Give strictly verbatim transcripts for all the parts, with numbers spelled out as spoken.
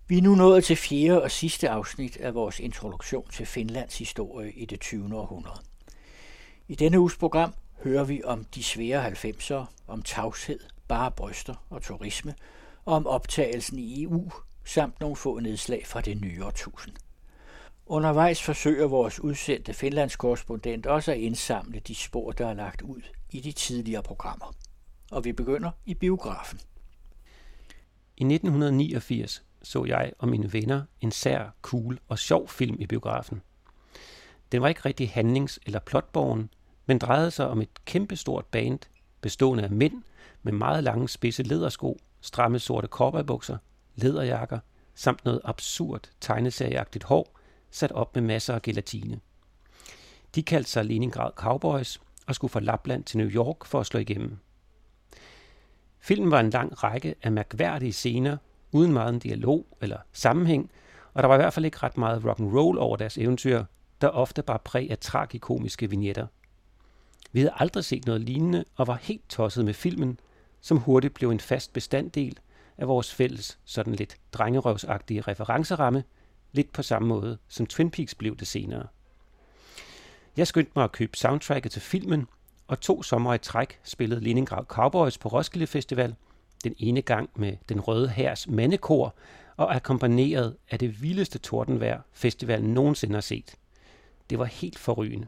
Vi er nu nået til fjerde og sidste afsnit af vores introduktion til Finlands historie i det tyvende århundrede. I denne uges program hører vi om de svære halvfemsere, om tavshed, bare bryster og turisme, og om optagelsen i E U, samt nogle få nedslag fra det nye årtusind. Undervejs forsøger vores udsendte Finlandskorrespondent også at indsamle de spor, der er lagt ud i de tidligere programmer. Og vi begynder i biografen. I nitten niogfirs så jeg og mine venner en sær, cool og sjov film i biografen. Den var ikke rigtig handlings- eller plotborgen, men drejede sig om et kæmpestort band, bestående af mænd med meget lange spidse lædersko, stramme sorte cowboybukser, læderjakker, samt noget absurd tegneserieagtigt hår, sat op med masser af gelatine. De kaldte sig Leningrad Cowboys og skulle fra Lapland til New York for at slå igennem. Filmen var en lang række af mærkværdige scener, uden meget dialog eller sammenhæng, og der var i hvert fald ikke ret meget rock'n'roll over deres eventyr, der ofte bar præg af tragikomiske vignetter. Vi havde aldrig set noget lignende og var helt tosset med filmen, som hurtigt blev en fast bestanddel af vores fælles, sådan lidt drengerøvsagtige referenceramme, lidt på samme måde som Twin Peaks blev det senere. Jeg skyndte mig at købe soundtracket til filmen, og to sommer i træk spillede Leningrad Cowboys på Roskilde Festival, den ene gang med Den Røde Hærs mandekor, og akkompagneret af det vildeste tordenvejr, festivalen nogensinde har set. Det var helt forrygende.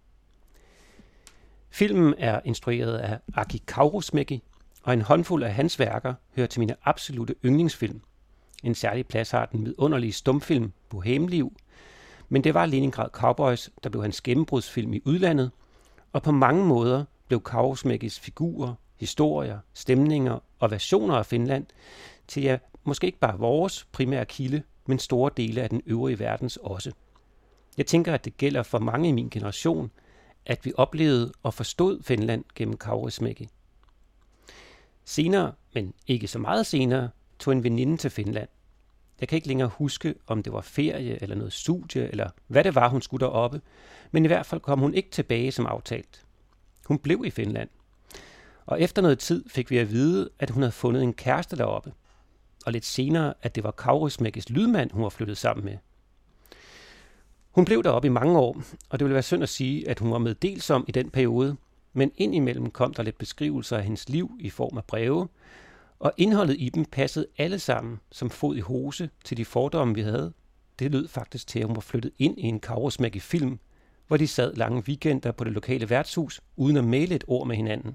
Filmen er instrueret af Aki Kaurismäki, og en håndfuld af hans værker hører til mine absolutte yndlingsfilm. En særlig plads har den vidunderlige stumfilm Bohemliv, men det var Leningrad Cowboys, der blev hans gennembrudsfilm i udlandet, og på mange måder blev Kaurismäkis figurer, historier, stemninger og versioner af Finland til ja, måske ikke bare vores primære kilde, men store dele af den øvrige verdens også. Jeg tænker, at det gælder for mange i min generation, at vi oplevede og forstod Finland gennem Kaurismäki. Senere, men ikke så meget senere, tog en veninde til Finland. Jeg kan ikke længere huske, om det var ferie eller noget studie, eller hvad det var, hun skulle deroppe, men i hvert fald kom hun ikke tilbage som aftalt. Hun blev i Finland. Og efter noget tid fik vi at vide, at hun havde fundet en kæreste deroppe. Og lidt senere, at det var Kaurismäkis lydmand, hun var flyttet sammen med. Hun blev deroppe i mange år, og det ville være synd at sige, at hun var meddelsom i den periode, men indimellem kom der lidt beskrivelser af hendes liv i form af breve, og indholdet i dem passede alle sammen som fod i hose til de fordomme, vi havde. Det lød faktisk til, at hun var flyttet ind i en Kaurismäki-film, hvor de sad lange weekender på det lokale værtshus, uden at male et ord med hinanden.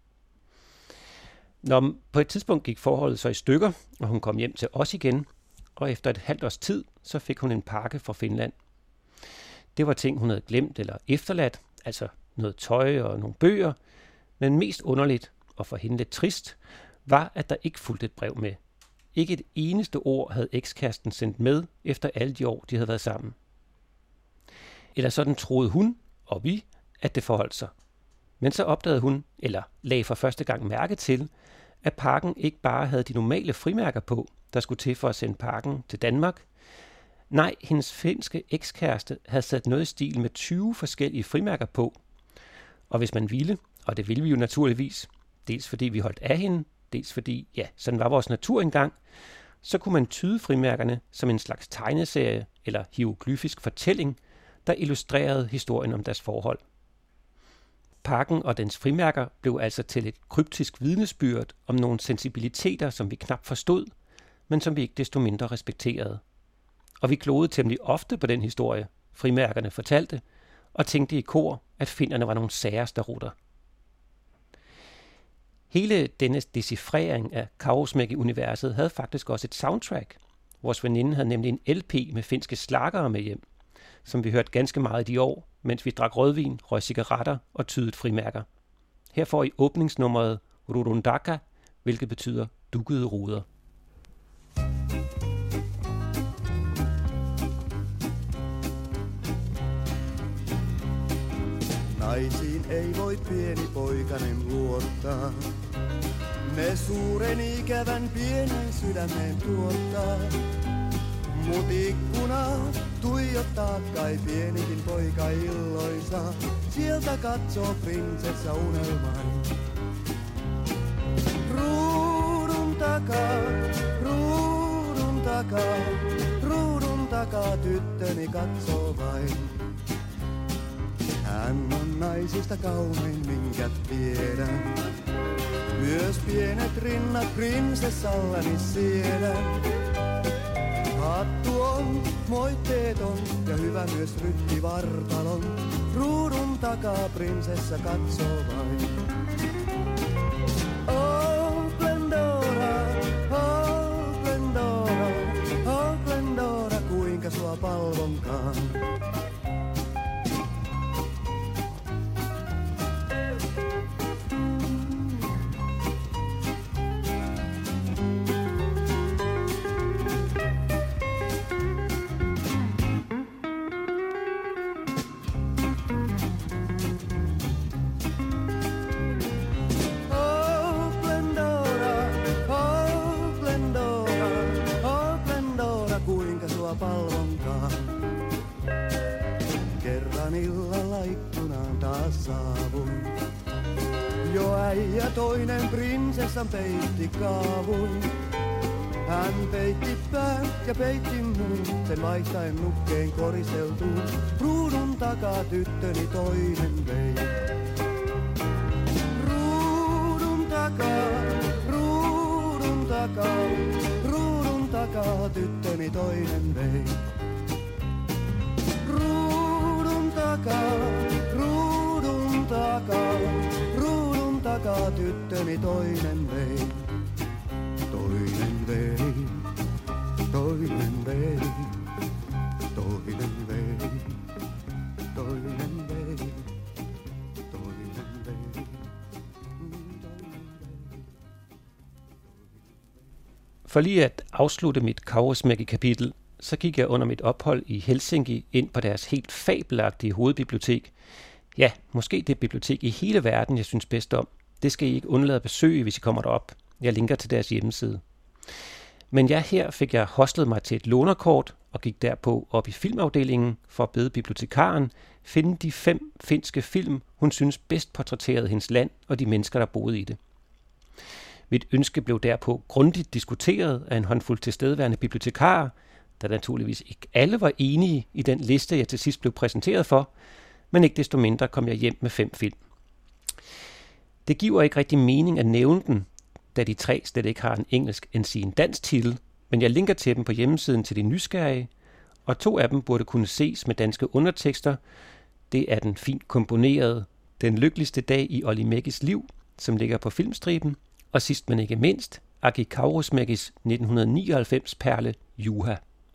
Når på et tidspunkt gik forholdet så i stykker, og hun kom hjem til os igen, og efter et halvt års tid, så fik hun en pakke fra Finland. Det var ting, hun havde glemt eller efterladt, altså noget tøj og nogle bøger, men mest underligt, og for hende lidt trist, var, at der ikke fulgte et brev med. Ikke et eneste ord havde ekskæresten sendt med, efter alle de år, de havde været sammen. Eller sådan troede hun, og vi, at det forholdt sig. Men så opdagede hun, eller lagde for første gang mærke til, at pakken ikke bare havde de normale frimærker på, der skulle til for at sende pakken til Danmark. Nej, hendes finske ekskæreste havde sat noget i stil med tyve forskellige frimærker på. Og hvis man ville, og det ville vi jo naturligvis, dels fordi vi holdt af hende, dels fordi, ja, sådan var vores natur engang, så kunne man tyde frimærkerne som en slags tegneserie eller hieroglyfisk fortælling, der illustrerede historien om deres forhold. Pakken og dens frimærker blev altså til et kryptisk vidnesbyrd om nogle sensibiliteter, som vi knap forstod, men som vi ikke desto mindre respekterede. Og vi klodede temmelig ofte på den historie, frimærkerne fortalte, og tænkte i kor, at finnerne var nogle særeste rutter. Hele denne decifrering af Kaurismäki-universet havde faktisk også et soundtrack. Vores veninde havde nemlig en L P med finske slagere med hjem, som vi hørte ganske meget i de år, mens vi drak rødvin, røg cigaretter og tydede frimærker. Her får I åbningsnummeret Rurundaka, hvilket betyder dukkede ruder. Naisiin ei voi pieni poikanen luottaa. Ne suuren ikävän pienen sydämen tuottaa. Mut ikkuna tuijottaa kai pienikin poika illoisa. Sieltä katsoo prinsessa unelmai. Ruudun takaa, ruudun takaa. takaa, ruudun takaa tyttöni katsoo vain. Hän on naisista kaunein, minkä tiedän. Myös pienet rinnat prinsessallani siedän. Hattu on moitteeton ja hyvä myös ryttivartalon. Ruudun takaa prinsessa katsoo vain. Oh Glendora, oh Glendora, oh Glendora, kuinka sua palvonkaan. Palvonkaan. Kerran illalla ikkunaan taas saavuin. Jo äijä toinen prinsessan peitti kaavuin. Hän peitti pään ja peitti muun, sen vaihtaen nukkeen koristeltuun. Ruudun takaa tyttöni toinen vei. Ruudun takaa, ruudun takaa, ruudun takaa tyttöni toinen vei. Ruudun takaa, ruudun takaa, ruudun takaa tyttöni toinen vei. Toinen vei, toinen vei, toinen vei, toinen vei, toinen vei. For lige at afslutte mit Kaurismäki-kapitel, så gik jeg under mit ophold i Helsinki ind på deres helt fabelagtige hovedbibliotek. Ja, måske det bibliotek i hele verden, jeg synes bedst om. Det skal I ikke undlade at besøge, hvis I kommer derop. Jeg linker til deres hjemmeside. Men ja, her fik jeg hostlet mig til et lånerkort og gik derpå op i filmafdelingen for at bede bibliotekaren finde de fem finske film, hun synes bedst portrætterede hendes land og de mennesker, der boede i det. Mit ønske blev derpå grundigt diskuteret af en håndfuld tilstedeværende bibliotekarer, der naturligvis ikke alle var enige i den liste, jeg til sidst blev præsenteret for, men ikke desto mindre kom jeg hjem med fem film. Det giver ikke rigtig mening at nævne den, da de tre slet ikke har en engelsk end en dansk titel, men jeg linker til dem på hjemmesiden til de nysgerrige, og to af dem burde kunne ses med danske undertekster. Det er den fint komponerede Den lykkeligste dag i Olli Mäkis liv, som ligger på Filmstriben, og sidst men ikke mindst, Aki Kaurismäkis nitten nioghalvfems perle Juha.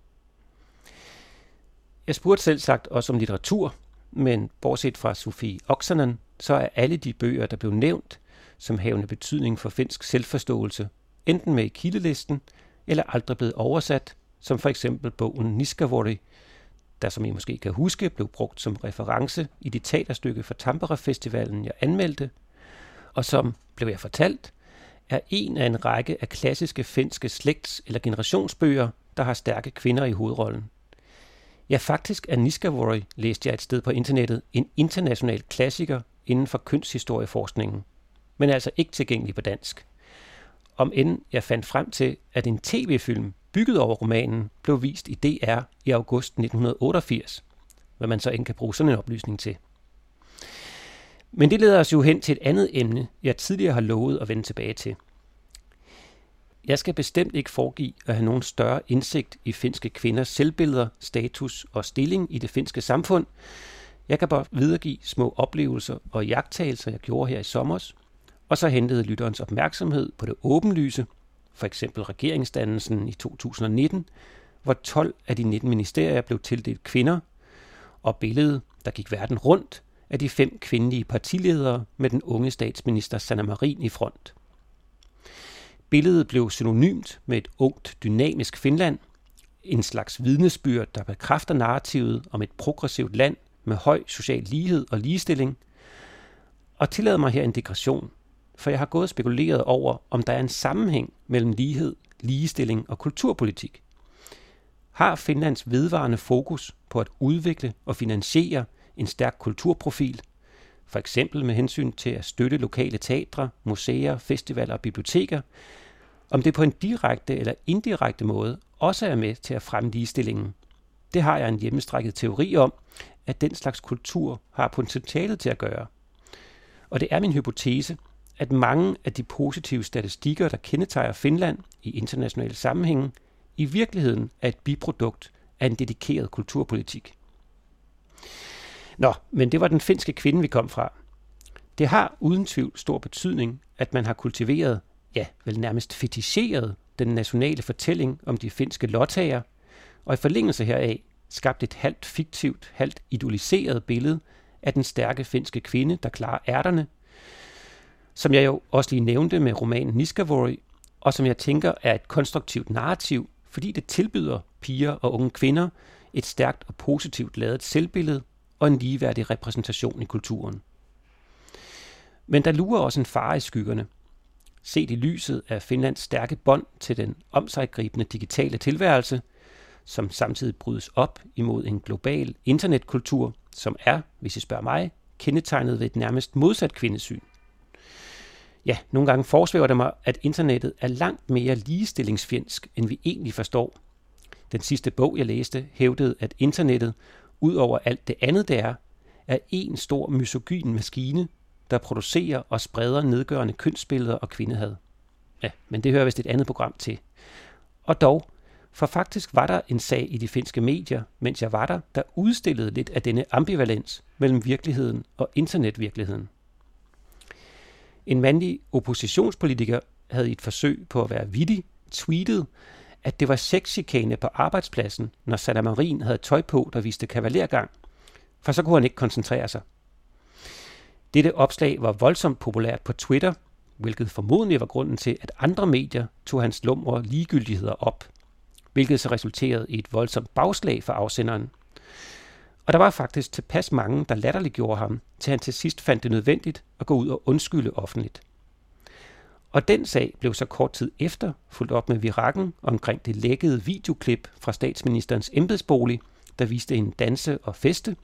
Jeg spurgte selv sagt også om litteratur, men bortset fra Sofie Oksanen, så er alle de bøger, der blev nævnt, som havende betydning for finsk selvforståelse, enten med i kildelisten, eller aldrig blevet oversat, som for eksempel bogen Niskavuori, der som I måske kan huske, blev brugt som reference i det teaterstykke for Tampere-festivalen, jeg anmeldte, og som, blev jeg fortalt, er en af en række af klassiske finske slægts- eller generationsbøger, der har stærke kvinder i hovedrollen. Ja, faktisk er Niskavuori, læste jeg et sted på internettet, en international klassiker inden for kønshistorieforskningen, men altså ikke tilgængelig på dansk. Om end jeg fandt frem til, at en tv-film bygget over romanen blev vist i D R i august nitten otteogfirs, hvad man så ikke kan bruge sådan en oplysning til. Men det leder os jo hen til et andet emne, jeg tidligere har lovet at vende tilbage til. Jeg skal bestemt ikke foregive at have nogen større indsigt i finske kvinders selvbilleder, status og stilling i det finske samfund. Jeg kan bare videregive små oplevelser og iagttagelser, jeg gjorde her i sommers, og så hentede lytterens opmærksomhed på det åbenlyse, for eksempel regeringsdannelsen i to tusind nitten, hvor tolv af de nitten ministerier blev tildelt kvinder, og billedet, der gik verden rundt, af de fem kvindelige partiledere med den unge statsminister Sanna Marin i front. Billedet blev synonymt med et ungt, dynamisk Finland, en slags vidnesbyrd, der bekræfter narrativet om et progressivt land med høj social lighed og ligestilling. Og tillad mig her en digression, for jeg har gået og spekuleret over, om der er en sammenhæng mellem lighed, ligestilling og kulturpolitik. Har Finlands vedvarende fokus på at udvikle og finansiere en stærk kulturprofil, for eksempel med hensyn til at støtte lokale teatre, museer, festivaler og biblioteker, om det på en direkte eller indirekte måde også er med til at fremme ligestillingen. Det har jeg en hjemmestrækket teori om, at den slags kultur har potentialet til at gøre. Og det er min hypotese, at mange af de positive statistikker, der kendetegner Finland i internationale sammenhænge, i virkeligheden er et biprodukt af en dedikeret kulturpolitik. Nå, men det var den finske kvinde, vi kom fra. Det har uden tvivl stor betydning, at man har kultiveret, ja, vel nærmest feticheret den nationale fortælling om de finske lottager, og i forlængelse heraf skabt et halvt fiktivt, halvt idoliseret billede af den stærke finske kvinde, der klarer ærterne, som jeg jo også lige nævnte med romanen Niskavuori, og som jeg tænker er et konstruktivt narrativ, fordi det tilbyder piger og unge kvinder et stærkt og positivt ladet selvbillede og en ligeværdig repræsentation i kulturen. Men der lurer også en fare i skyggerne. Set i lyset af Finlands stærke bånd til den omsiggribende digitale tilværelse, som samtidig brydes op imod en global internetkultur, som er, hvis I spørger mig, kendetegnet ved et nærmest modsat kvindesyn. Ja, nogle gange forsvæver det mig, at internettet er langt mere ligestillingsfjendsk, end vi egentlig forstår. Den sidste bog, jeg læste, hævdede, at internettet, ud over alt det andet det er, er en stor misogyn maskine, der producerer og spreder nedgørende kønsbilleder og kvindehad. Ja, men det hører vist et andet program til. Og dog, for faktisk var der en sag i de finske medier, mens jeg var der, der udstillede lidt af denne ambivalens mellem virkeligheden og internetvirkeligheden. En mandlig oppositionspolitiker havde i et forsøg på at være vittig tweetet, at det var sexchikane på arbejdspladsen, når Sanna Marin havde tøj på, der viste kavalergang, for så kunne han ikke koncentrere sig. Dette opslag var voldsomt populært på Twitter, hvilket formodentlig var grunden til, at andre medier tog hans lumre ligegyldigheder op, hvilket så resulterede i et voldsomt bagslag for afsenderen. Og der var faktisk tilpas mange, der latterliggjorde ham, til han til sidst fandt det nødvendigt at gå ud og undskylde offentligt. Og den sag blev så kort tid efter fulgt op med virakken omkring det lækkede videoklip fra statsministerens embedsbolig, der viste hende danse og feste,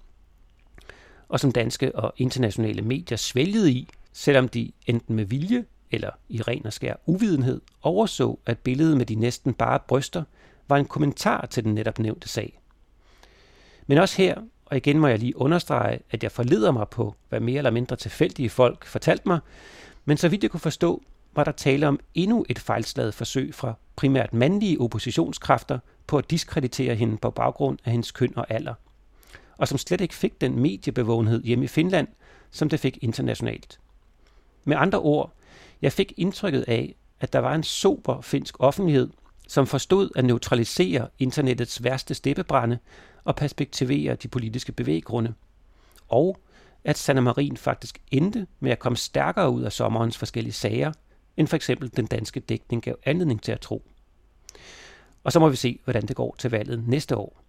og som danske og internationale medier svælgede i, selvom de enten med vilje eller i ren og skær uvidenhed overså, at billedet med de næsten bare bryster var en kommentar til den netop nævnte sag. Men også her, og igen må jeg lige understrege, at jeg forleder mig på, hvad mere eller mindre tilfældige folk fortalte mig, men så vidt jeg kunne forstå, var der tale om endnu et fejlslaget forsøg fra primært mandlige oppositionskræfter på at diskreditere hende på baggrund af hendes køn og alder, og som slet ikke fik den mediebevågenhed hjemme i Finland, som det fik internationalt. Med andre ord, jeg fik indtrykket af, at der var en sober finsk offentlighed, som forstod at neutralisere internettets værste steppebrænde og perspektivere de politiske bevæggrunde, og at Sanna Marin faktisk endte med at komme stærkere ud af sommerens forskellige sager, end for eksempel den danske dækning gav anledning til at tro. Og så må vi se, hvordan det går til valget næste år.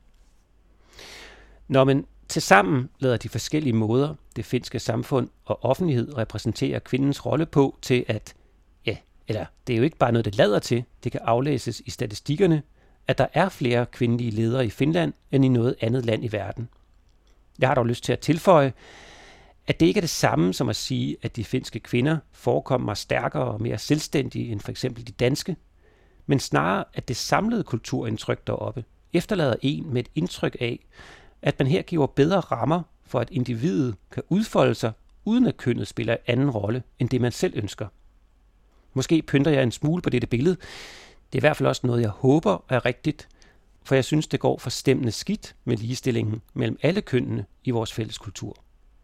Når man tilsammen lader de forskellige måder, det finske samfund og offentlighed repræsenterer kvindens rolle på til at, ja, eller det er jo ikke bare noget, det lader til, det kan aflæses i statistikkerne, at der er flere kvindelige ledere i Finland end i noget andet land i verden. Jeg har dog lyst til at tilføje, at det ikke er det samme som at sige, at de finske kvinder forekommer stærkere og mere selvstændige end for eksempel de danske, men snarere, at det samlede kulturindtryk deroppe efterlader en med et indtryk af, at man her giver bedre rammer for, at individet kan udfolde sig, uden at kønnet spiller en anden rolle, end det man selv ønsker. Måske pynter jeg en smule på dette billede. Det er i hvert fald også noget, jeg håber er rigtigt, for jeg synes, det går forstemmende skidt med ligestillingen mellem alle kønnene i vores fælles kultur.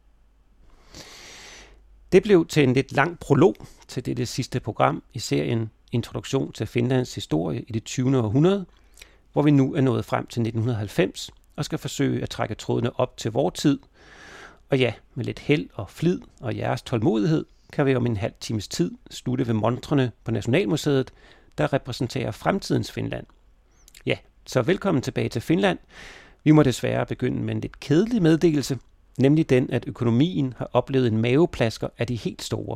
Det blev til en lidt lang prolog til dette sidste program i serien Introduktion til Finlands historie i det tyvende århundrede, hvor vi nu er nået frem til nitten halvfems og skal forsøge at trække trådene op til vor tid. Og ja, med lidt held og flid og jeres tålmodighed, kan vi om en halv times tid slutte ved montrene på Nationalmuseet, der repræsenterer fremtidens Finland. Ja, så velkommen tilbage til Finland. Vi må desværre begynde med en lidt kedelig meddelelse, nemlig den, at økonomien har oplevet en maveplasker af de helt store.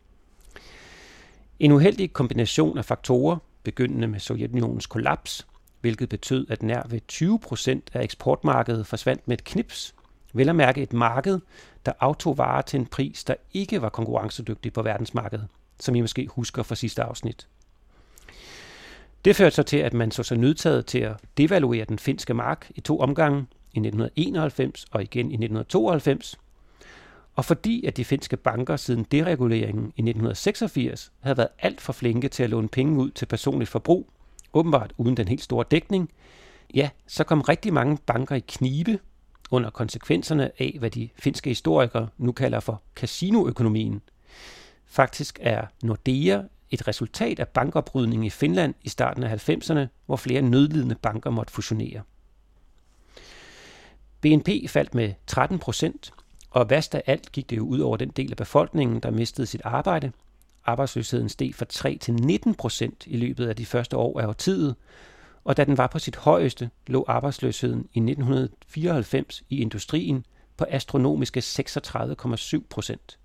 En uheldig kombination af faktorer, begyndende med Sovjetunionens kollaps, hvilket betød, at nær ved tyve procent af eksportmarkedet forsvandt med et knips, vel at mærke et marked, der aftog varer til en pris, der ikke var konkurrencedygtig på verdensmarkedet, som I måske husker fra sidste afsnit. Det førte så til, at man så sig nødtaget til at devaluere den finske mark i to omgange, i nitten enoghalvfems og igen i nitten tooghalvfems. Og fordi at de finske banker siden dereguleringen i nitten seksogfirs havde været alt for flinke til at låne penge ud til personligt forbrug, åbenbart uden den helt store dækning, ja, så kom rigtig mange banker i knibe under konsekvenserne af, hvad de finske historikere nu kalder for casinoøkonomien. Faktisk er Nordea et resultat af bankoprydningen i Finland i starten af halvfemserne, hvor flere nødlidende banker måtte fusionere. B N P faldt med tretten procent, og værst af alt gik det jo ud over den del af befolkningen, der mistede sit arbejde. Arbejdsløsheden steg fra tre til nitten procent i løbet af de første år af årtiet, og da den var på sit højeste, lå arbejdsløsheden i nitten fireoghalvfems i industrien på astronomiske seksogtredive komma syv procent.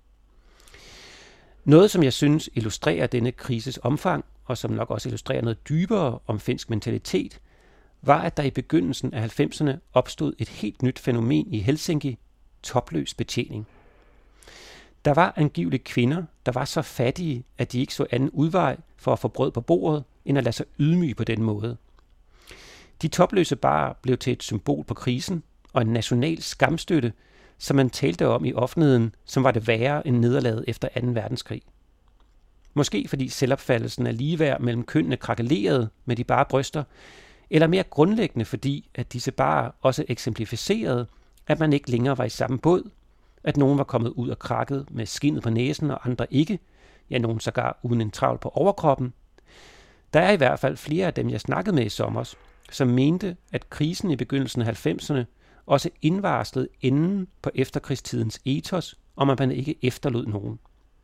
Noget, som jeg synes illustrerer denne krises omfang, og som nok også illustrerer noget dybere om finsk mentalitet, var, at der i begyndelsen af halvfemserne opstod et helt nyt fænomen i Helsinki, topløs betjening. Der var angiveligt kvinder, der var så fattige, at de ikke så anden udvej for at få brød på bordet, end at lade sig ydmyge på den måde. De topløse barer blev til et symbol på krisen og en national skamstøtte, som man talte om i offentligheden, som var det værre end nederlaget efter anden verdenskrig. Måske fordi selvopfattelsen af ligeværd mellem kønnene krakelerede med de bare bryster, eller mere grundlæggende fordi, at disse barer også eksemplificerede, at man ikke længere var i samme båd, at nogen var kommet ud af krakket med skindet på næsen og andre ikke, ja, nogen sågar uden en travl på overkroppen. Der er i hvert fald flere af dem, jeg snakkede med i sommer, som mente, at krisen i begyndelsen af halvfemserne også indvarslede enden på efterkrigstidens ethos, om at man ikke efterlod nogen.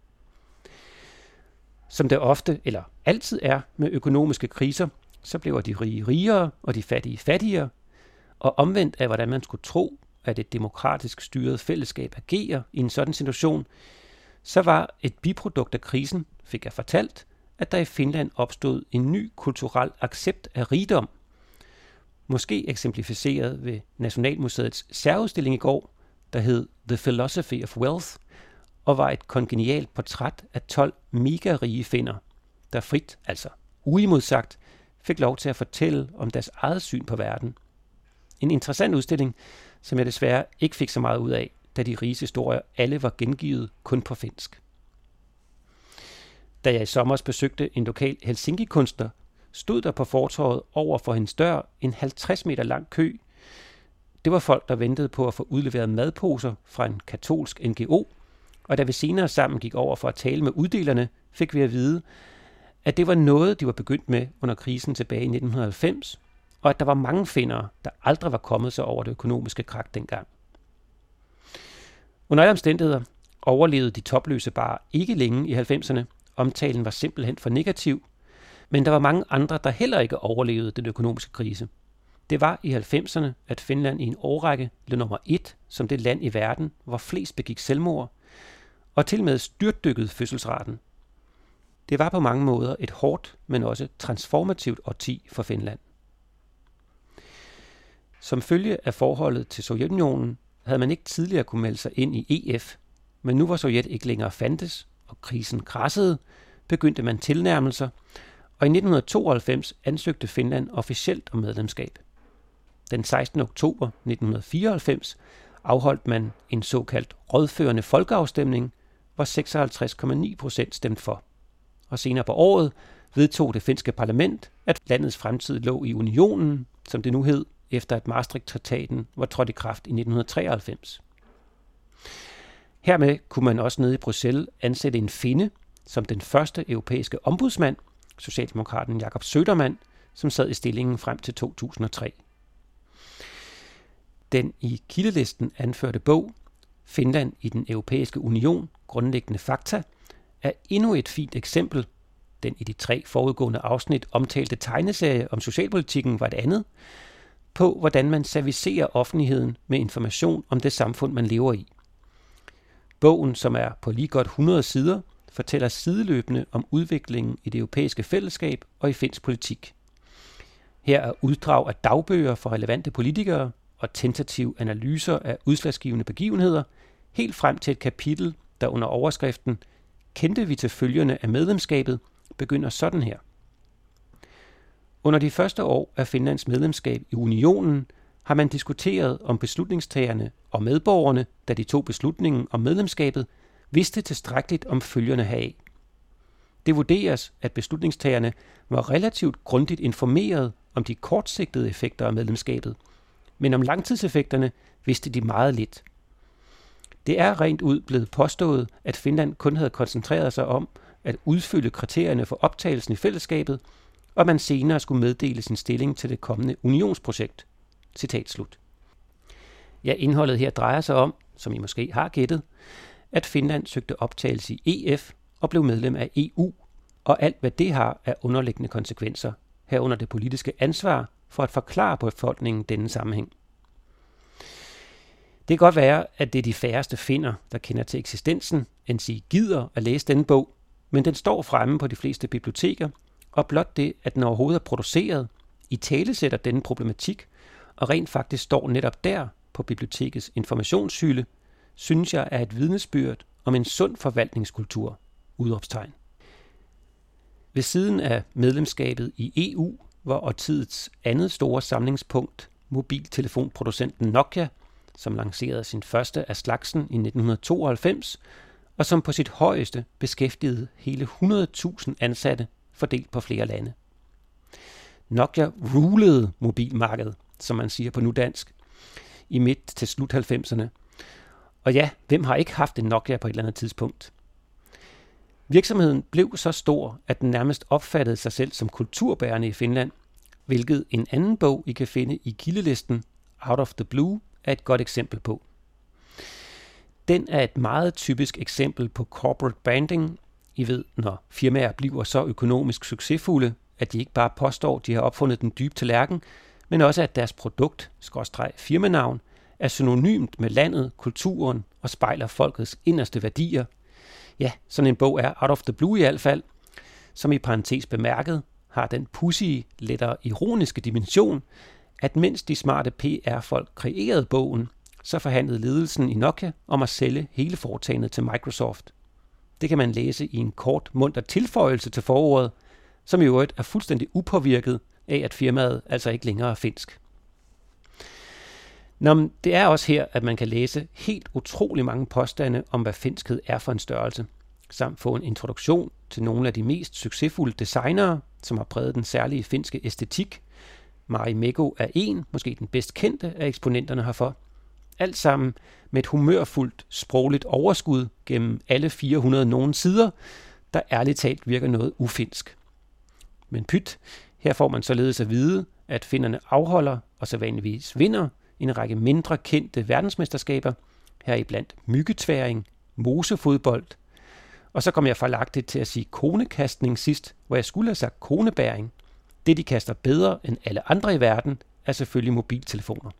Som det ofte, eller altid er med økonomiske kriser, så bliver de rige rigere og de fattige fattigere, og omvendt af hvordan man skulle tro, at et demokratisk styret fællesskab agerer i en sådan situation, så var et biprodukt af krisen, fik jeg fortalt, at der i Finland opstod en ny kulturel accept af rigdom. Måske eksemplificeret ved Nationalmuseets særudstilling i går, der hed The Philosophy of Wealth, og var et kongenialt portræt af tolv mega-rige finner, der frit, altså uimodsagt, fik lov til at fortælle om deres eget syn på verden. En interessant udstilling, som jeg desværre ikke fik så meget ud af, da de riges historier alle var gengivet kun på finsk. Da jeg i sommer besøgte en lokal Helsinki-kunstner, stod der på fortovet over for hendes dør en halvtreds meter lang kø. Det var folk, der ventede på at få udleveret madposer fra en katolsk N G O, og da vi senere sammen gik over for at tale med uddelerne, fik vi at vide, at det var noget, de var begyndt med under krisen tilbage i nitten halvfems, og at der var mange finnere, der aldrig var kommet sig over det økonomiske krak dengang. Under alle omstændigheder overlevede de topløse bare ikke længe i halvfemserne. Omtalen var simpelthen for negativ, men der var mange andre, der heller ikke overlevede den økonomiske krise. Det var i halvfemserne, at Finland i en årrække blev nummer et som det land i verden, hvor flest begik selvmord, og til med styrtdykkede fødselsraten. Det var på mange måder et hårdt, men også transformativt årti for Finland. Som følge af forholdet til Sovjetunionen havde man ikke tidligere kunne melde sig ind i E F, men nu hvor Sovjet ikke længere fandtes, og krisen krassede, begyndte man tilnærmelser, og i nitten tooghalvfems ansøgte Finland officielt om medlemskab. Den sekstende oktober nitten fireoghalvfems afholdt man en såkaldt rådførende folkeafstemning, hvor seksoghalvtreds komma ni procent stemte for. Og senere på året vedtog det finske parlament, at landets fremtid lå i unionen, som det nu hed, efter at Maastricht-traktaten var trådt i kraft i nitten treoghalvfems. Hermed kunne man også nede i Bruxelles ansætte en finne som den første europæiske ombudsmand, socialdemokraten Jakob Söderman, som sad i stillingen frem til to tusind og tre. Den i kildelisten anførte bog, Finland i den europæiske union, grundlæggende fakta, er endnu et fint eksempel. Den i de tre forudgående afsnit omtalte tegneserie om socialpolitikken var et andet, på hvordan man servicerer offentligheden med information om det samfund, man lever i. Bogen, som er på lige godt hundrede sider, fortæller sideløbende om udviklingen i det europæiske fællesskab og i finsk politik. Her er uddrag af dagbøger for relevante politikere og tentative analyser af udslagsgivende begivenheder, helt frem til et kapitel, der under overskriften "Kendte vi til følgerne af medlemskabet?" begynder sådan her. Under de første år af Finlands medlemskab i unionen har man diskuteret, om beslutningstagerne og medborgerne, da de tog beslutningen om medlemskabet, vidste tilstrækkeligt om følgerne heraf. Det vurderes, at beslutningstagerne var relativt grundigt informeret om de kortsigtede effekter af medlemskabet, men om langtidseffekterne vidste de meget lidt. Det er rent ud blevet påstået, at Finland kun havde koncentreret sig om at udfylde kriterierne for optagelsen i fællesskabet, og man senere skulle meddele sin stilling til det kommende unionsprojekt. Citat slut. Ja, indholdet her drejer sig om, som I måske har gættet, at Finland søgte optagelse i E F og blev medlem af E U, og alt hvad det har af underliggende konsekvenser, herunder det politiske ansvar for at forklare befolkningen denne sammenhæng. Det kan godt være, at det er de færreste finner, der kender til eksistensen, end sige gider at læse denne bog, men den står fremme på de fleste biblioteker, og blot det, at den overhovedet er produceret, i talesætter denne problematik, og rent faktisk står netop der på bibliotekets informationshylde, synes jeg er et vidnesbyrd om en sund forvaltningskultur. Udråbstegn. Ved siden af medlemskabet i E U var årtidets andet store samlingspunkt mobiltelefonproducenten Nokia, som lancerede sin første af slagsen i nitten tooghalvfems, og som på sit højeste beskæftigede hele hundrede tusind ansatte fordelt på flere lande. Nokia rulede mobilmarkedet, som man siger på nudansk, i midt til slut halvfemserne. Og ja, hvem har ikke haft en Nokia på et eller andet tidspunkt? Virksomheden blev så stor, at den nærmest opfattede sig selv som kulturbærende i Finland, hvilket en anden bog, I kan finde i kildelisten, Out of the Blue, er et godt eksempel på. Den er et meget typisk eksempel på corporate branding. I ved, når firmaer bliver så økonomisk succesfulde, at de ikke bare påstår, at de har opfundet den dybe tallerken, men også at deres produkt, skråstreg firmanavn, er synonymt med landet, kulturen og spejler folkets inderste værdier. Ja, sådan en bog er Out of the Blue i hvert fald, som i parentes bemærket har den pudsige, lettere ironiske dimension, at mens de smarte P R-folk kreerede bogen, så forhandlede ledelsen i Nokia om at sælge hele foretagendet til Microsoft. Det kan man læse i en kort, munter tilføjelse til forordet, som i øvrigt er fuldstændig upåvirket af, at firmaet altså ikke længere er finsk. Nå, men det er også her, at man kan læse helt utrolig mange påstande om, hvad finskhed er for en størrelse, samt få en introduktion til nogle af de mest succesfulde designere, som har præget den særlige finske æstetik. Mari Mekko er en, måske den bedst kendte af eksponenterne herfor. Alt sammen med et humørfuldt sprogligt overskud gennem alle fire hundrede nogen sider, der ærligt talt virker noget ufinsk. Men pyt, her får man således at vide, at finnerne afholder og sædvanligvis vinder en række mindre kendte verdensmesterskaber, heriblandt myggetværing, mosefodbold, og så kom jeg forlagtigt til at sige konekastning sidst, hvor jeg skulle have sagt konebæring. Det, de kaster bedre end alle andre i verden, er selvfølgelig mobiltelefoner.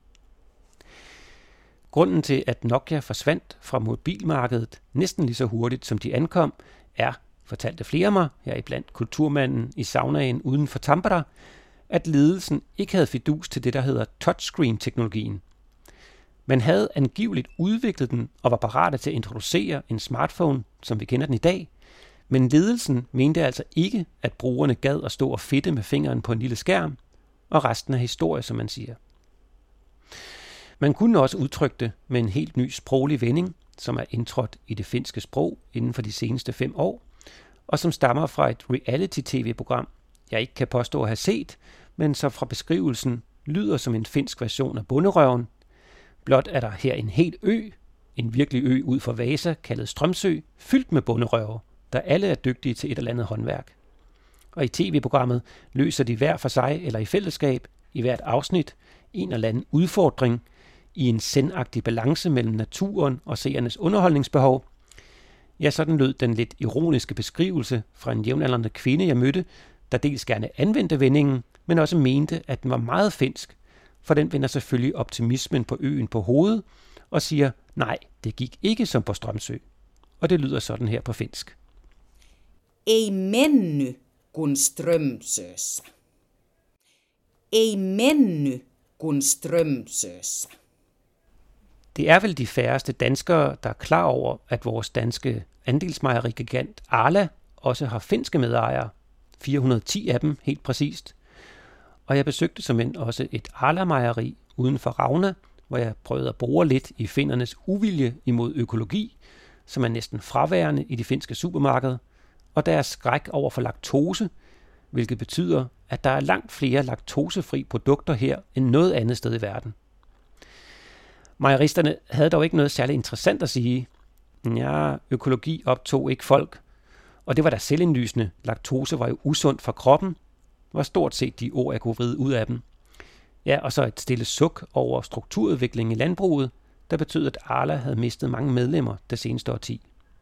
Grunden til, at Nokia forsvandt fra mobilmarkedet næsten lige så hurtigt, som de ankom, er, fortalte flere mig, heriblandt kulturmanden i saunaen uden for Tampere, at ledelsen ikke havde fidus til det, der hedder touchscreen-teknologien. Man havde angiveligt udviklet den og var parate til at introducere en smartphone, som vi kender den i dag, men ledelsen mente altså ikke, at brugerne gad at stå og fedte med fingeren på en lille skærm, og resten er historie, som man siger. Man kunne også udtrykke det med en helt ny sproglig vending, som er indtrådt i det finske sprog inden for de seneste fem år, og som stammer fra et reality-tv-program, jeg ikke kan påstå at have set, men som fra beskrivelsen lyder som en finsk version af Bonderøven. Blot er der her en hel ø, en virkelig ø ud for Vasa, kaldet Strømsø, fyldt med bonderøver, der alle er dygtige til et eller andet håndværk. Og i tv-programmet løser de hver for sig eller i fællesskab, i hvert afsnit, en eller anden udfordring i en sendagtig balance mellem naturen og seernes underholdningsbehov. Ja, sådan lød den lidt ironiske beskrivelse fra en jævnaldrende kvinde, jeg mødte, der dels gerne anvendte vendingen, men også mente, at den var meget finsk, for den vender selvfølgelig optimismen på øen på hovedet og siger, nej, det gik ikke som på Strømsø. Og det lyder sådan her på finsk. Ei menny kun Strömsössä. Ei menny kun Strömsössä. Det er vel de færreste danskere, der er klar over, at vores danske andelsmejerigigant Arla også har finske medejere. fire hundrede og ti af dem, helt præcist. og jeg besøgte såmænd også et Arla-mejeri uden for Rauna, hvor jeg prøvede at bore lidt i finnernes uvilje imod økologi, som er næsten fraværende i de finske supermarkeder, og deres skræk over for laktose, hvilket betyder, at der er langt flere laktosefri produkter her end noget andet sted i verden. Mejeristerne havde dog ikke noget særligt interessant at sige. Ja, økologi optog ikke folk, og det var da selvindlysende. Laktose var jo usundt for kroppen, var stort set de ord, jeg kunne vride ud af dem. Ja, og så et stille suk over strukturudviklingen i landbruget, der betød, at Arla havde mistet mange medlemmer det seneste årti.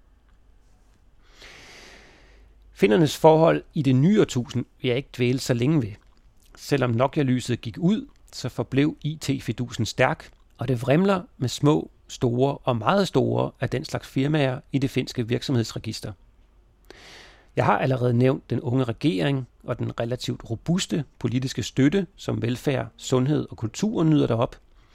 Finnernes forhold i det nye årtusind vil jeg ikke dvæle så længe ved. Selvom Nokia-lyset gik ud, så forblev I T-fidusen stærk, og det vrimler med små, store og meget store af den slags firmaer i det finske virksomhedsregister. Jeg har allerede nævnt den unge regering og den relativt robuste politiske støtte, som velfærd, sundhed og kultur nyder derop.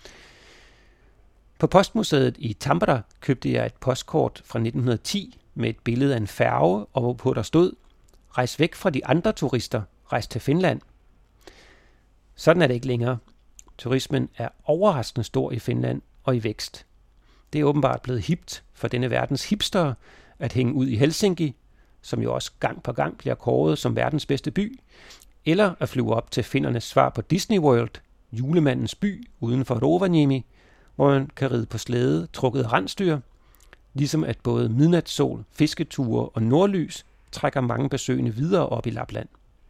På Postmuseet i Tampere købte jeg et postkort fra nitten ti med et billede af en færge, og hvorpå der stod: "Rejs væk fra de andre turister, rejs til Finland." Sådan er det ikke længere. Turismen er overraskende stor i Finland og i vækst. Det er åbenbart blevet hipt for denne verdens hipstere at hænge ud i Helsinki, som jo også gang på gang bliver kåret som verdens bedste by, eller at flyve op til finnernes svar på Disney World, julemandens by uden for Rovaniemi, hvor man kan ride på slæde trukket af rensdyr, ligesom at både midnatssol, fisketure og nordlys trækker mange besøgende videre op i Lapland.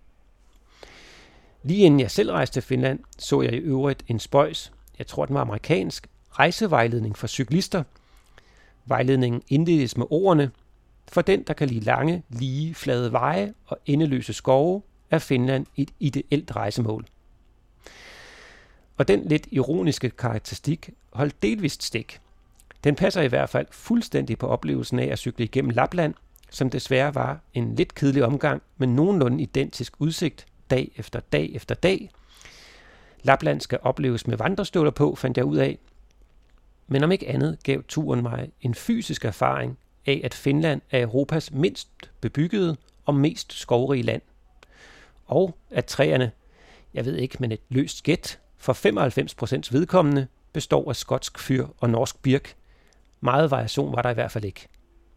Lige inden jeg selv rejste til Finland, så jeg i øvrigt en spøjs, jeg tror den var amerikansk, rejsevejledning for cyklister. Vejledningen indledes med ordene: "For den, der kan lide lange, lige, flade veje og endeløse skove, er Finland et ideelt rejsemål." Og den lidt ironiske karakteristik holdt delvist stik. Den passer i hvert fald fuldstændig på oplevelsen af at cykle igennem Lapland, som desværre var en lidt kedelig omgang med nogenlunde identisk udsigt dag efter dag efter dag. Lapland skal opleves med vandrestøvler på, fandt jeg ud af. Men om ikke andet gav turen mig en fysisk erfaring af, at Finland er Europas mindst bebyggede og mest skovrige land. Og at træerne, jeg ved ikke, men et løst gæt, for femoghalvfems procent vedkommende består af skotsk fyr og norsk birk. Meget variation var der i hvert fald ikke.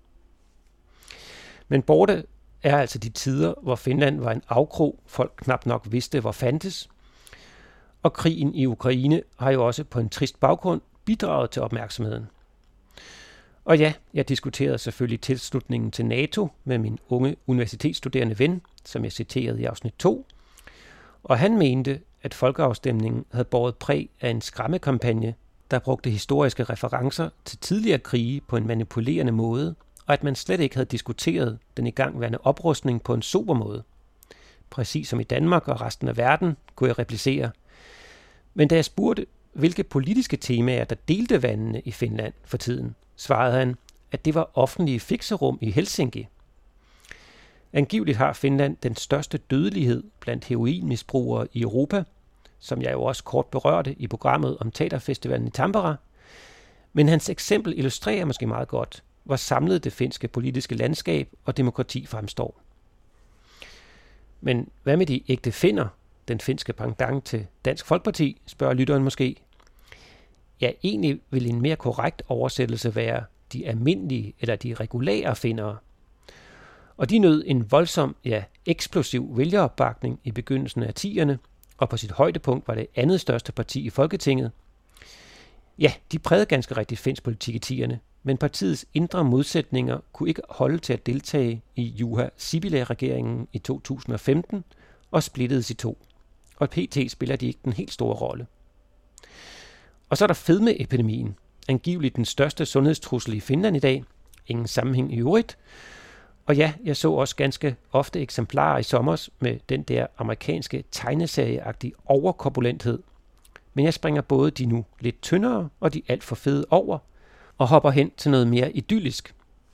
Men borte er altså de tider, hvor Finland var en afkrog, folk knap nok vidste, hvor fandtes. Og krigen i Ukraine har jo også på en trist baggrund bidraget til opmærksomheden. Og ja, jeg diskuterede selvfølgelig tilslutningen til NATO med min unge universitetsstuderende ven, som jeg citerede i afsnit to. Og han mente, at folkeafstemningen havde båret præg af en skræmmekampagne, der brugte historiske referencer til tidligere krige på en manipulerende måde, og at man slet ikke havde diskuteret den igangværende oprustning på en sober måde. Præcis som i Danmark og resten af verden, kunne jeg replicere. Men da jeg spurgte, hvilke politiske temaer, der delte vandene i Finland for tiden, svarede han, at det var offentlige fikserum i Helsinki. Angiveligt har Finland den største dødelighed blandt heroinmisbrugere i Europa, som jeg jo også kort berørte i programmet om teaterfestivalen i Tampere. Men hans eksempel illustrerer måske meget godt, hvor samlet det finske politiske landskab og demokrati fremstår. Men hvad med de ægte finner, den finske pendant til Dansk Folkeparti, spørger lytteren måske. Ja, egentlig vil en mere korrekt oversættelse være de almindelige eller de regulære finnere. Og de nød en voldsom, ja eksplosiv vælgeropbakning i begyndelsen af tierne, og på sit højdepunkt var det andet største parti i Folketinget. Ja, de prægede ganske rigtigt finsk politik i tierne, men partiets indre modsætninger kunne ikke holde til at deltage i Juha Sipilä-regeringen i to tusind og femten og splittedes i to. Og pt. Spiller de ikke den helt store rolle. Og så er der fedmeepidemien, angiveligt den største sundhedstrussel i Finland i dag. Ingen sammenhæng i øvrigt. Og ja, jeg så også ganske ofte eksemplarer i sommers med den der amerikanske tegneserieagtige overkorpulenthed. Men jeg springer både de nu lidt tyndere og de alt for fede over, og hopper hen til noget mere idyllisk.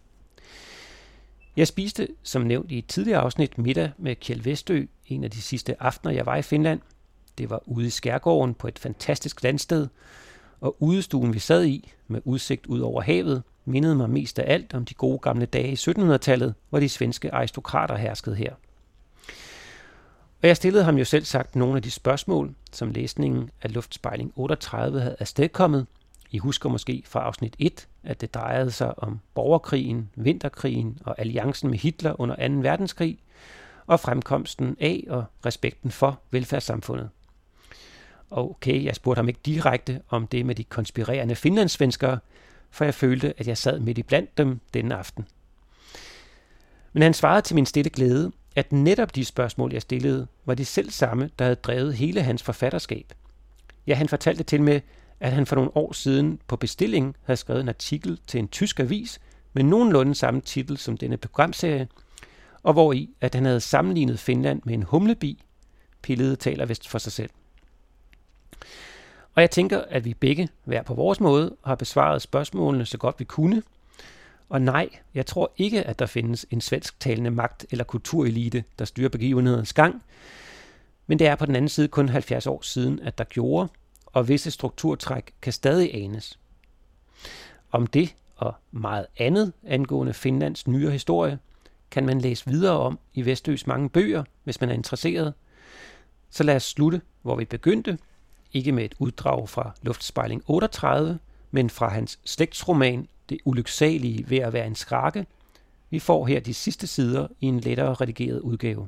Jeg spiste, som nævnt i et tidligere afsnit, middag med Kjeld Westø en af de sidste aftener, jeg var i Finland. Det var ude i skærgården på et fantastisk landsted, og udestuen, vi sad i, med udsigt ud over havet, mindede mig mest af alt om de gode gamle dage i syttenhundredetallet, hvor de svenske aristokrater herskede her. Og Og jeg stillede ham jo selv sagt nogle af de spørgsmål, som læsningen af Luftspejling otteogtredive havde afstedkommet. I husker måske fra afsnit et, at det drejede sig om borgerkrigen, vinterkrigen og alliancen med Hitler under anden verdenskrig, og fremkomsten af og respekten for velfærdssamfundet. Og okay, jeg spurgte ham ikke direkte om det med de konspirerende finlandssvenskere, for jeg følte, at jeg sad midt i blandt dem denne aften. Men han svarede til min stille glæde, at netop de spørgsmål, jeg stillede, var de selv samme, der havde drevet hele hans forfatterskab. Ja, han fortalte til med, at han for nogle år siden på bestilling havde skrevet en artikel til en tysk avis med nogenlunde samme titel som denne programserie, og hvori at han havde sammenlignet Finland med en humlebi. Pillede taler vist for sig selv. Og jeg tænker, at vi begge, hver på vores måde, har besvaret spørgsmålene så godt vi kunne. Og nej, jeg tror ikke, at der findes en svensktalende magt- eller kulturelite, der styrer begivenhedens gang. Men det er på den anden side kun halvfjerds år siden, at der gjorde, og visse strukturtræk kan stadig anes. Om det og meget andet angående Finlands nyere historie, kan man læse videre om i Vestøs mange bøger, hvis man er interesseret. Så lad os slutte, hvor vi begyndte, ikke med et uddrag fra Luftspejling otteogtredive, men fra hans slægtsroman Det ulyksalige ved at være en skrake. Vi får her de sidste sider i en lettere redigeret udgave.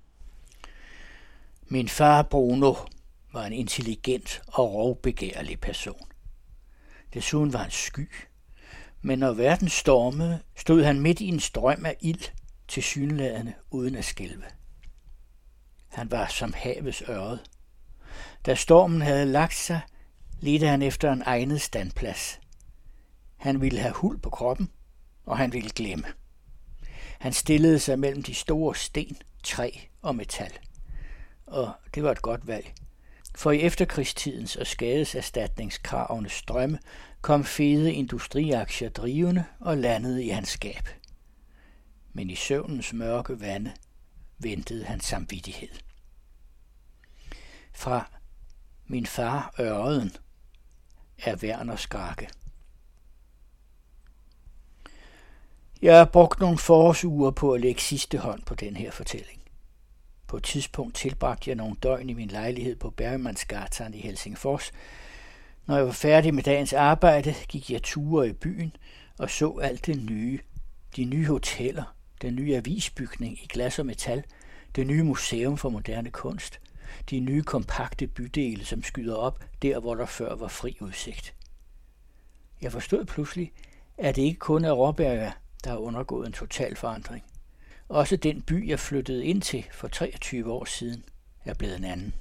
Min far Bruno var en intelligent og rovbegærlig person. Desuden var han sky, men når verden stormede, stod han midt i en strøm af ild, tilsyneladende uden at skælve. Han var som havets ørred. Da stormen havde lagt sig, ledte han efter en egnet standplads. Han ville have huld på kroppen, og han ville glemme. Han stillede sig mellem de store sten, træ og metal. Og det var et godt valg. For i efterkrigstidens og skadeserstatningskravenes strømme kom fede industriaktier drivende og landede i hans skab. Men i søvnens mørke vande ventede hans samvittighed. Fra min far Ørreden er Werner Skrake. Jeg har brugt nogle forårsuger på at lægge sidste hånd på den her fortælling. På et tidspunkt tilbragte jeg nogle døgn i min lejlighed på Bergmansgatan i Helsingfors. Når jeg var færdig med dagens arbejde, gik jeg ture i byen og så alt det nye. De nye hoteller, den nye avisbygning i glas og metal, det nye museum for moderne kunst, de nye kompakte bydele, som skyder op der, hvor der før var fri udsigt. Jeg forstod pludselig, at det ikke kun er Råberga, der har undergået en total forandring. Også den by, jeg flyttede ind til for treogtyve år siden, er blevet en anden.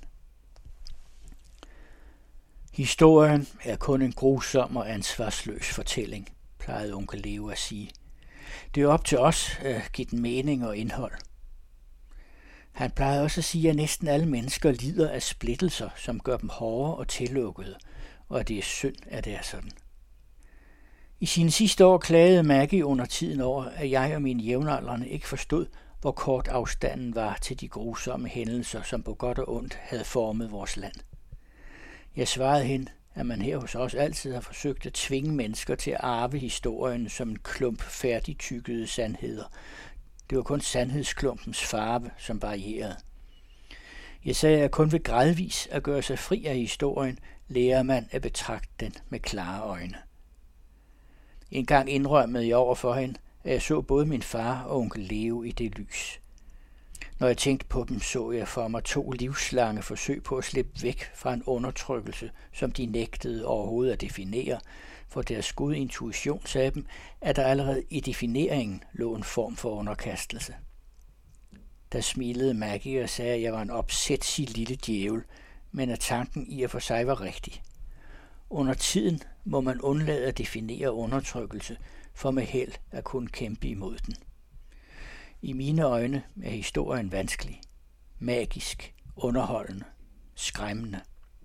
Historien er kun en grusom og ansvarsløs fortælling, plejede onkel Leo at sige. Det er op til os at give den mening og indhold. Han plejede også at sige, at næsten alle mennesker lider af splittelser, som gør dem hårde og tillukkede, og at det er synd, at det er sådan. I sine sidste år klagede Maggie under tiden over, at jeg og mine jævnaldrende ikke forstod, hvor kort afstanden var til de grusomme hændelser, som på godt og ondt havde formet vores land. Jeg svarede hende, at man her hos os altid har forsøgt at tvinge mennesker til at arve historien som en klump færdigtykkede sandheder. Det var kun sandhedsklumpens farve, som varierede. Jeg sagde, at kun ved gradvis at gøre sig fri af historien, lærer man at betragte den med klare øjne. En gang indrømmede jeg over for hende, at jeg så både min far og onkel Leo i det lys. Når jeg tænkte på dem, så jeg for mig to livslange forsøg på at slippe væk fra en undertrykkelse, som de nægtede overhovedet at definere, for deres gode intuition sagde dem, at der allerede i defineringen lå en form for underkastelse. Der smilede Maggie og sagde, at jeg var en opsætsig lille djævel, men at tanken i og for sig var rigtig. Under tiden må man undlade at definere undertrykkelse, for med held at kunne kæmpe imod den. I mine øjne er historien vanskelig, magisk, underholdende, skræmmende.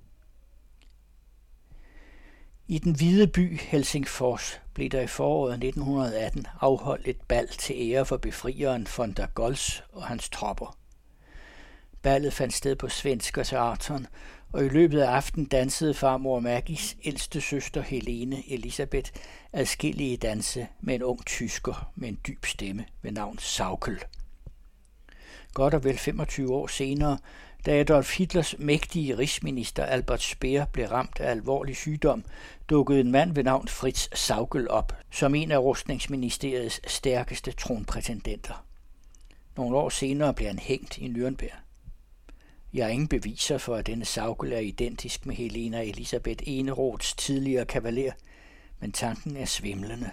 I den hvide by Helsingfors blev der i foråret nitten atten afholdt et bal til ære for befrieren von der Goltz og hans tropper. Ballet fandt sted på Svenska Teatern, og i løbet af aftenen dansede farmor Maggies ældste søster Helene Elisabeth adskillige danse med en ung tysker med en dyb stemme ved navn Saukel. Godt og vel femogtyve år senere, da Adolf Hitlers mægtige rigsminister Albert Speer blev ramt af alvorlig sygdom, dukkede en mand ved navn Fritz Sauckel op, som en af rustningsministeriets stærkeste tronprætendenter. Nogle år senere blev han hængt i Nürnberg. Jeg har ingen beviser for, at denne Sauckel er identisk med Helena Elisabeth Eneroths tidligere kavaler, men tanken er svimlende.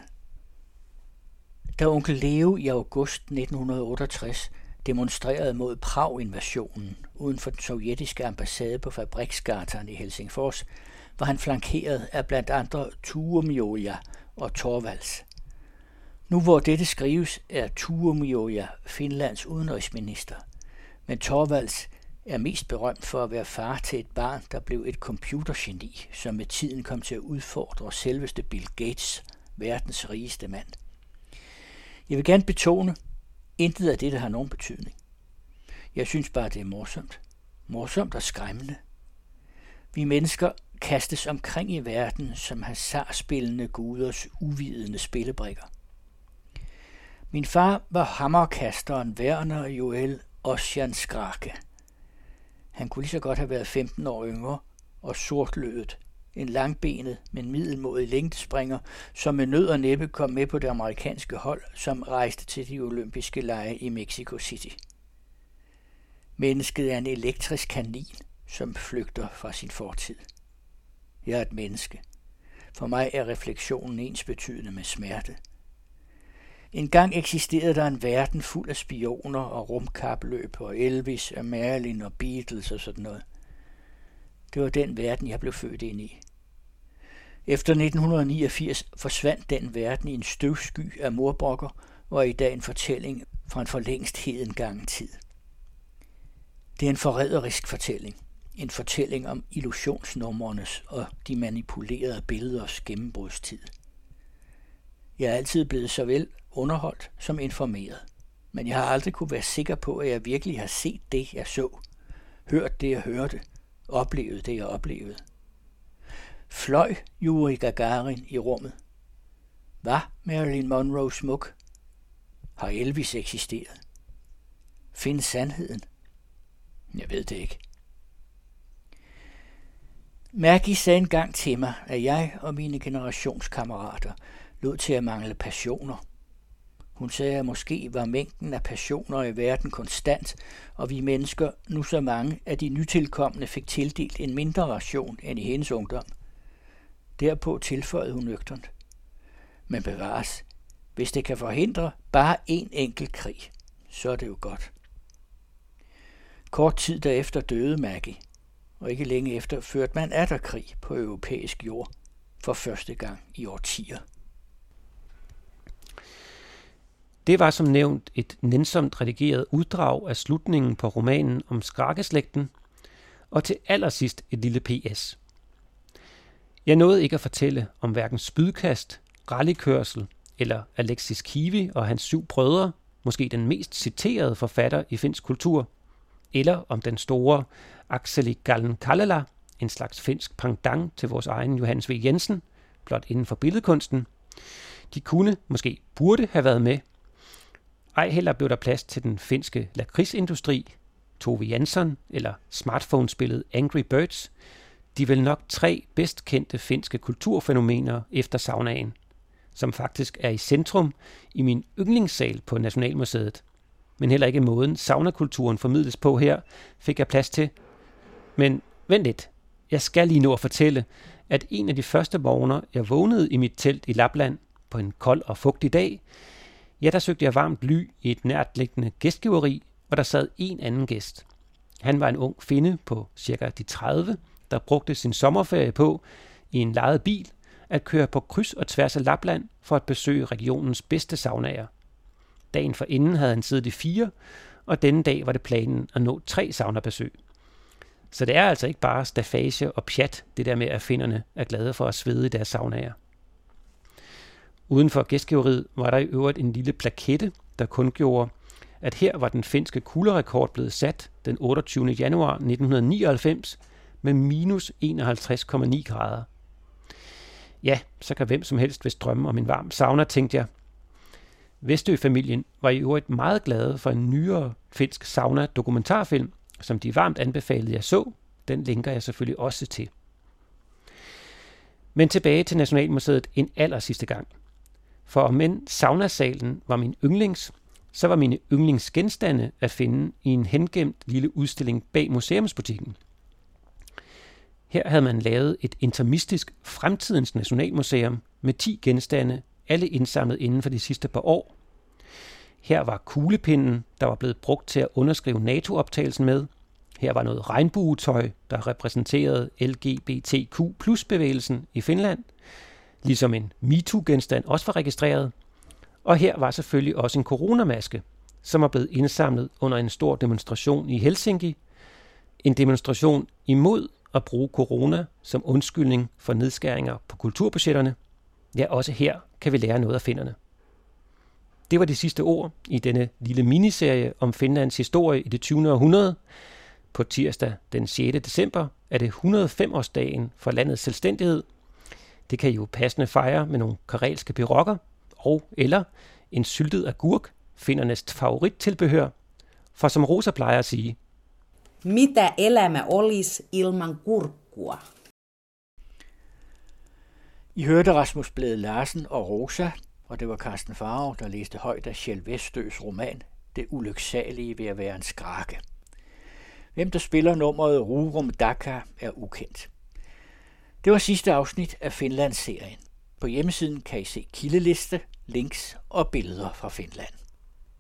Da onkel Leo i august nitten otteogtres demonstrerede mod Prag-invasionen uden for den sovjetiske ambassade på Fabriksgatan i Helsingfors, var han flankeret af blandt andre Tuomioja og Thorvalds. Nu hvor dette skrives, er Tuomioja Finlands udenrigsminister, men Thorvalds er mest berømt for at være far til et barn, der blev et computergeni, som med tiden kom til at udfordre selveste Bill Gates, verdens rigeste mand. Jeg vil gerne betone, intet af det har nogen betydning. Jeg synes bare, det er morsomt. Morsomt og skræmmende. Vi mennesker kastes omkring i verden som hasardspillende guders uvidende spillebrikker. Min far var hammerkasteren Werner Joel Ossian Skrake. Han kunne lige så godt have været femten år yngre og sortlødet, en langbenet, men middelmådig længdespringer, som med nød og næppe kom med på det amerikanske hold, som rejste til de olympiske lege i Mexico City. Mennesket er en elektrisk kanin, som flygter fra sin fortid. Jeg er et menneske. For mig er refleksionen ensbetydende med smerte. En gang eksisterede der en verden fuld af spioner og rumkapløb og Elvis og Marilyn og Beatles og sådan noget. Det var den verden, jeg blev født ind i. Efter nitten niogfirs forsvandt den verden i en støvsky af morbrokker og er i dag en fortælling fra en for længst hedengangen tid. Det er en forræderisk fortælling. En fortælling om illusionsnummernes og de manipulerede billeders gennembrudstid. Jeg er altid blevet såvel underholdt som informeret, men jeg har aldrig kunne være sikker på, at jeg virkelig har set det, jeg så, hørt det, jeg hørte, oplevet det, jeg oplevede. Fløj Yuri Gagarin i rummet? Var Marilyn Monroe smuk? Har Elvis eksisteret? Findes sandheden? Jeg ved det ikke. Maggie sagde engang til mig, at jeg og mine generationskammerater lod til at mangle passioner. Hun sagde, at måske var mængden af passioner i verden konstant, og vi mennesker nu så mange, at de nytilkommende fik tildelt en mindre ration end i hendes ungdom. Derpå tilføjede hun nøgternt. Men bevares, hvis det kan forhindre bare en enkelt krig, så er det jo godt. Kort tid derefter døde Maggie, og ikke længe efter førte man atter krig på europæisk jord for første gang i årtier. Det var som nævnt et nænsomt redigeret uddrag af slutningen på romanen om Skrakeslægten, og til allersidst et lille P S. Jeg nåede ikke at fortælle om hverken spydkast, rallykørsel eller Alexis Kivi og hans syv brødre, måske den mest citerede forfatter i finsk kultur, eller om den store Akseli Gallen-Kallela, en slags finsk pendant til vores egen Johannes V. Jensen, blot inden for billedkunsten. De kunne, måske burde have været med. Ej heller blev der plads til den finske lakridsindustri, Tove Jansson eller smartphone-spillet Angry Birds, de vel nok tre bedst kendte finske kulturfænomener efter saunaen, som faktisk er i centrum i min yndlingssal på Nationalmuseet. Men heller ikke måden saunakulturen formidles på her, fik jeg plads til. Men vent lidt, jeg skal lige nå at fortælle, at en af de første morgener, jeg vågnede i mit telt i Lapland på en kold og fugtig dag, ja, der søgte jeg varmt ly i et nærtliggende gæstgiveri, og der sad en anden gæst. Han var en ung finne på cirka de tredive, der brugte sin sommerferie på, i en lejet bil, at køre på kryds og tværs af Lapland for at besøge regionens bedste saunaer. Dagen forinden havde han siddet i fire, og denne dag var det planen at nå tre saunabesøg. Så det er altså ikke bare staffage og pjat, det der med, at finnerne er glade for at svede i deres saunaer. Uden for gæstgiveriet var der i øvrigt en lille plakette, der kun gjorde, at her var den finske kulderekord blevet sat den otteogtyvende januar nitten nioghalvfems med minus enoghalvtreds komma ni grader. Ja, så kan hvem som helst vist drømme om en varm sauna, tænkte jeg. Vestø-familien var i øvrigt meget glade for en nyere finsk sauna-dokumentarfilm, som de varmt anbefalede, jeg så. Den linker jeg selvfølgelig også til. Men tilbage til Nationalmuseet en aller sidste gang. For om end saunasalen var min yndlings, så var mine yndlingsgenstande at finde i en hengemt lille udstilling bag museumsbutikken. Her havde man lavet et intermistisk fremtidens nationalmuseum med ti genstande, alle indsamlet inden for de sidste par år. Her var kuglepinden, der var blevet brugt til at underskrive NATO-optagelsen med. Her var noget regnbuetøj, der repræsenterede L G B T Q plus bevægelsen i Finland, ligesom en MeToo-genstand også var registreret. Og her var selvfølgelig også en coronamaske, som er blevet indsamlet under en stor demonstration i Helsinki. En demonstration imod at bruge corona som undskyldning for nedskæringer på kulturbudgetterne. Ja, også her kan vi lære noget af finnerne. Det var de sidste ord i denne lille miniserie om Finlands historie i det tyvende århundrede. På tirsdag den sjette december er det hundrede og fem årsdagen for landets selvstændighed. Det kan I jo passende fejre med nogle karelske pirokker og eller en syltet agurk, finnernes favorittilbehør. For som Rosa plejer at sige, mitä elämä olis ilman kurkkua? I hørte Rasmus Blæde Larsen og Rosa, og det var Carsten Farov, der læste højt af Kjeld Westøs roman Det ulyksalige ved at være en skrake. Hvem der spiller nummeret Rurum Daka er ukendt. Det var sidste afsnit af Finlandsserien. På hjemmesiden kan I se kildeliste, links og billeder fra Finland.